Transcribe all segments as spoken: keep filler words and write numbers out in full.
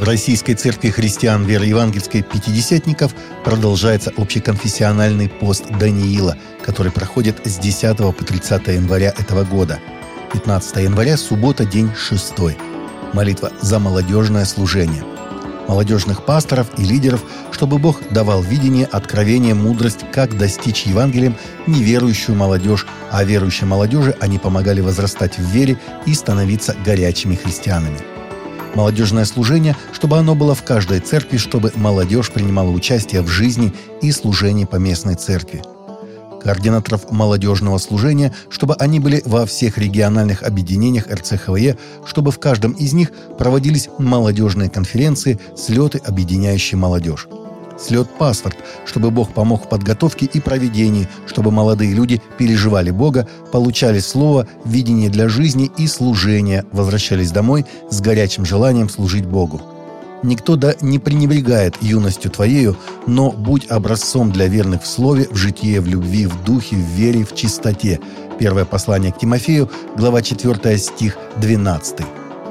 В Российской церкви христиан веры евангельской пятидесятников продолжается общеконфессиональный пост Даниила, который проходит с десятого по тридцатое января этого года. пятнадцатое января – суббота, день шестой. Молитва за молодежное служение. Молодежных пасторов и лидеров, чтобы Бог давал видение, откровение, мудрость, как достичь Евангелием неверующую молодежь, а верующей молодежи они помогали возрастать в вере и становиться горячими христианами. Молодежное служение, чтобы оно было в каждой церкви, чтобы молодежь принимала участие в жизни и служении поместной церкви. Координаторов молодежного служения, чтобы они были во всех региональных объединениях эр цэ ха вэ е, чтобы в каждом из них проводились молодежные конференции, слеты, объединяющие молодежь. Слет «Паспорт», чтобы Бог помог в подготовке и проведении, чтобы молодые люди переживали Бога, получали слово, видение для жизни и служения, возвращались домой с горячим желанием служить Богу. Никто да не пренебрегает юностью твоею, но будь образцом для верных в слове, в житие, в любви, в духе, в вере, в чистоте. Первое послание к Тимофею, глава четвёртая, стих двенадцатый.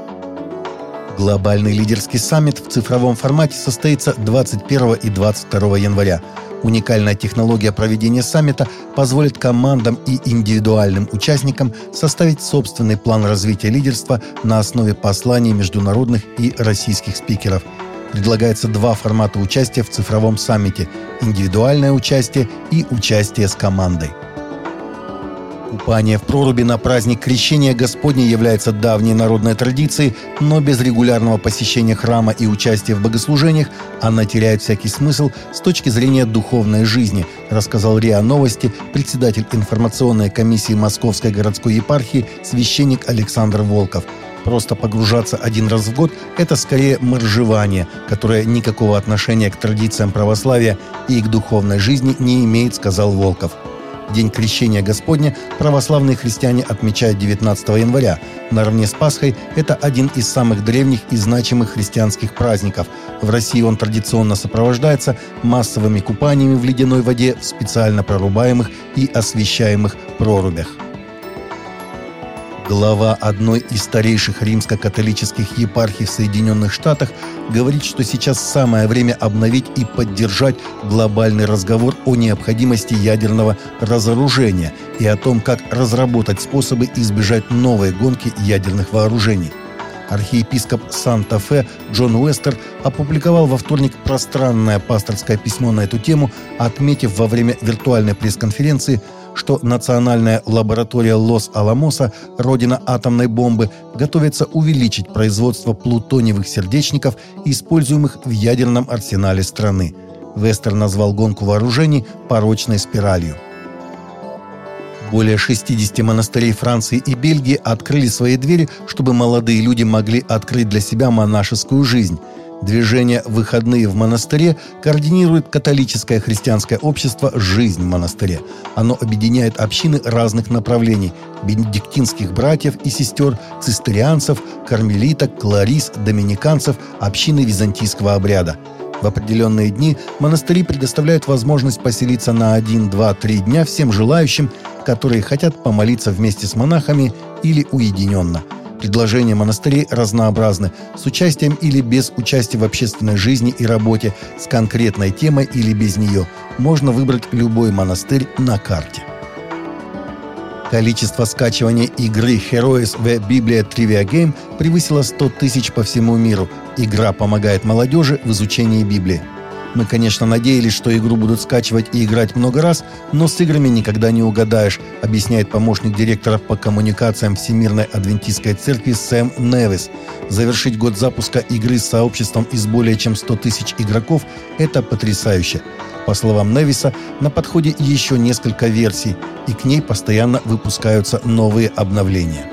Глобальный лидерский саммит в цифровом формате состоится двадцать первого и двадцать второго января. Уникальная технология проведения саммита позволит командам и индивидуальным участникам составить собственный план развития лидерства на основе посланий международных и российских спикеров. Предлагается два формата участия в цифровом саммите – индивидуальное участие и участие с командой. Купание в проруби на праздник Крещения Господня является давней народной традицией, но без регулярного посещения храма и участия в богослужениях она теряет всякий смысл с точки зрения духовной жизни, рассказал РИА Новости председатель информационной комиссии Московской городской епархии священник Александр Волков. Просто погружаться один раз в год – это скорее моржевание, которое никакого отношения к традициям православия и к духовной жизни не имеет, сказал Волков. День Крещения Господня православные христиане отмечают девятнадцатого января. Наравне с Пасхой это один из самых древних и значимых христианских праздников. В России он традиционно сопровождается массовыми купаниями в ледяной воде в специально прорубаемых и освещаемых прорубях. Глава одной из старейших римско-католических епархий в Соединенных Штатах говорит, что сейчас самое время обновить и поддержать глобальный разговор о необходимости ядерного разоружения и о том, как разработать способы избежать новой гонки ядерных вооружений. Архиепископ Санта-Фе Джон Уэстер опубликовал во вторник пространное пасторское письмо на эту тему, отметив во время виртуальной пресс-конференции, что Национальная лаборатория Лос-Аламоса, родина атомной бомбы, готовится увеличить производство плутониевых сердечников, используемых в ядерном арсенале страны. Вестер назвал гонку вооружений порочной спиралью. Более шестидесяти монастырей Франции и Бельгии открыли свои двери, чтобы молодые люди могли открыть для себя монашескую жизнь. Движение «Выходные в монастыре» координирует католическое христианское общество «Жизнь в монастыре». Оно объединяет общины разных направлений – бенедиктинских братьев и сестер, цистерианцев, кармелиток, кларис, доминиканцев, общины византийского обряда. В определенные дни монастыри предоставляют возможность поселиться на один, два, три дня всем желающим, которые хотят помолиться вместе с монахами или уединенно. Предложения монастырей разнообразны, с участием или без участия в общественной жизни и работе, с конкретной темой или без нее. Можно выбрать любой монастырь на карте. Количество скачивания игры Heroes в Biblia Trivia Game превысило сто тысяч по всему миру. Игра помогает молодежи в изучении Библии. Мы, конечно, надеялись, что игру будут скачивать и играть много раз, но с играми никогда не угадаешь, объясняет помощник директора по коммуникациям Всемирной Адвентистской Церкви Сэм Невис. Завершить год запуска игры с сообществом из более чем ста тысяч игроков – это потрясающе. По словам Невиса, на подходе еще несколько версий, и к ней постоянно выпускаются новые обновления.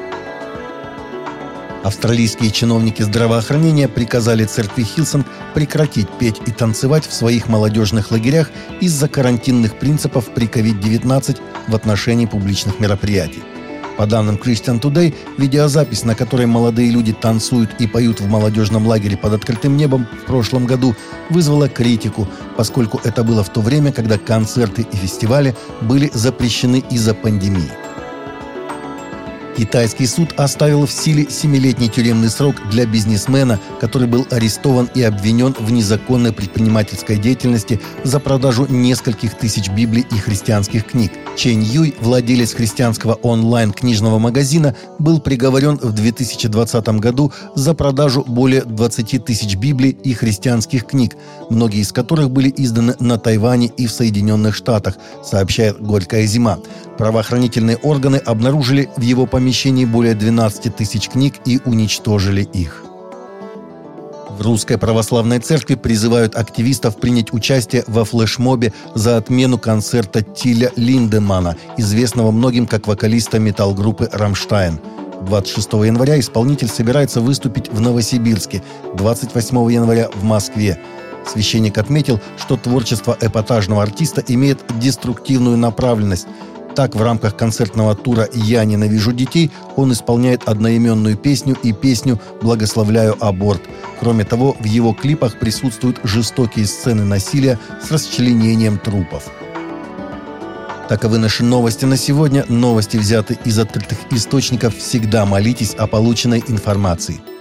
Австралийские чиновники здравоохранения приказали церкви Хилсонг прекратить петь и танцевать в своих молодежных лагерях из-за карантинных принципов при ковид девятнадцать в отношении публичных мероприятий. По данным Christian Today, видеозапись, на которой молодые люди танцуют и поют в молодежном лагере под открытым небом в прошлом году, вызвала критику, поскольку это было в то время, когда концерты и фестивали были запрещены из-за пандемии. Китайский суд оставил в силе семилетний тюремный срок для бизнесмена, который был арестован и обвинен в незаконной предпринимательской деятельности за продажу нескольких тысяч Библий и христианских книг. Чэнь Юй, владелец христианского онлайн-книжного магазина, был приговорен в две тысячи двадцатом году за продажу более двадцати тысяч Библий и христианских книг, многие из которых были изданы на Тайване и в Соединенных Штатах, сообщает «Горькая зима». Правоохранительные органы обнаружили в его помещении более двенадцати тысяч книг и уничтожили их. В Русской Православной Церкви призывают активистов принять участие во флешмобе за отмену концерта Тиля Линдеманна, известного многим как вокалиста метал-группы «Рамштайн». двадцать шестого января исполнитель собирается выступить в Новосибирске, двадцать восьмого января в Москве. Священник отметил, что творчество эпатажного артиста имеет деструктивную направленность. Так, в рамках концертного тура «Я ненавижу детей» он исполняет одноименную песню и песню «Благословляю аборт». Кроме того, в его клипах присутствуют жестокие сцены насилия с расчленением трупов. Таковы наши новости на сегодня. Новости взяты из открытых источников. Всегда молитесь о полученной информации.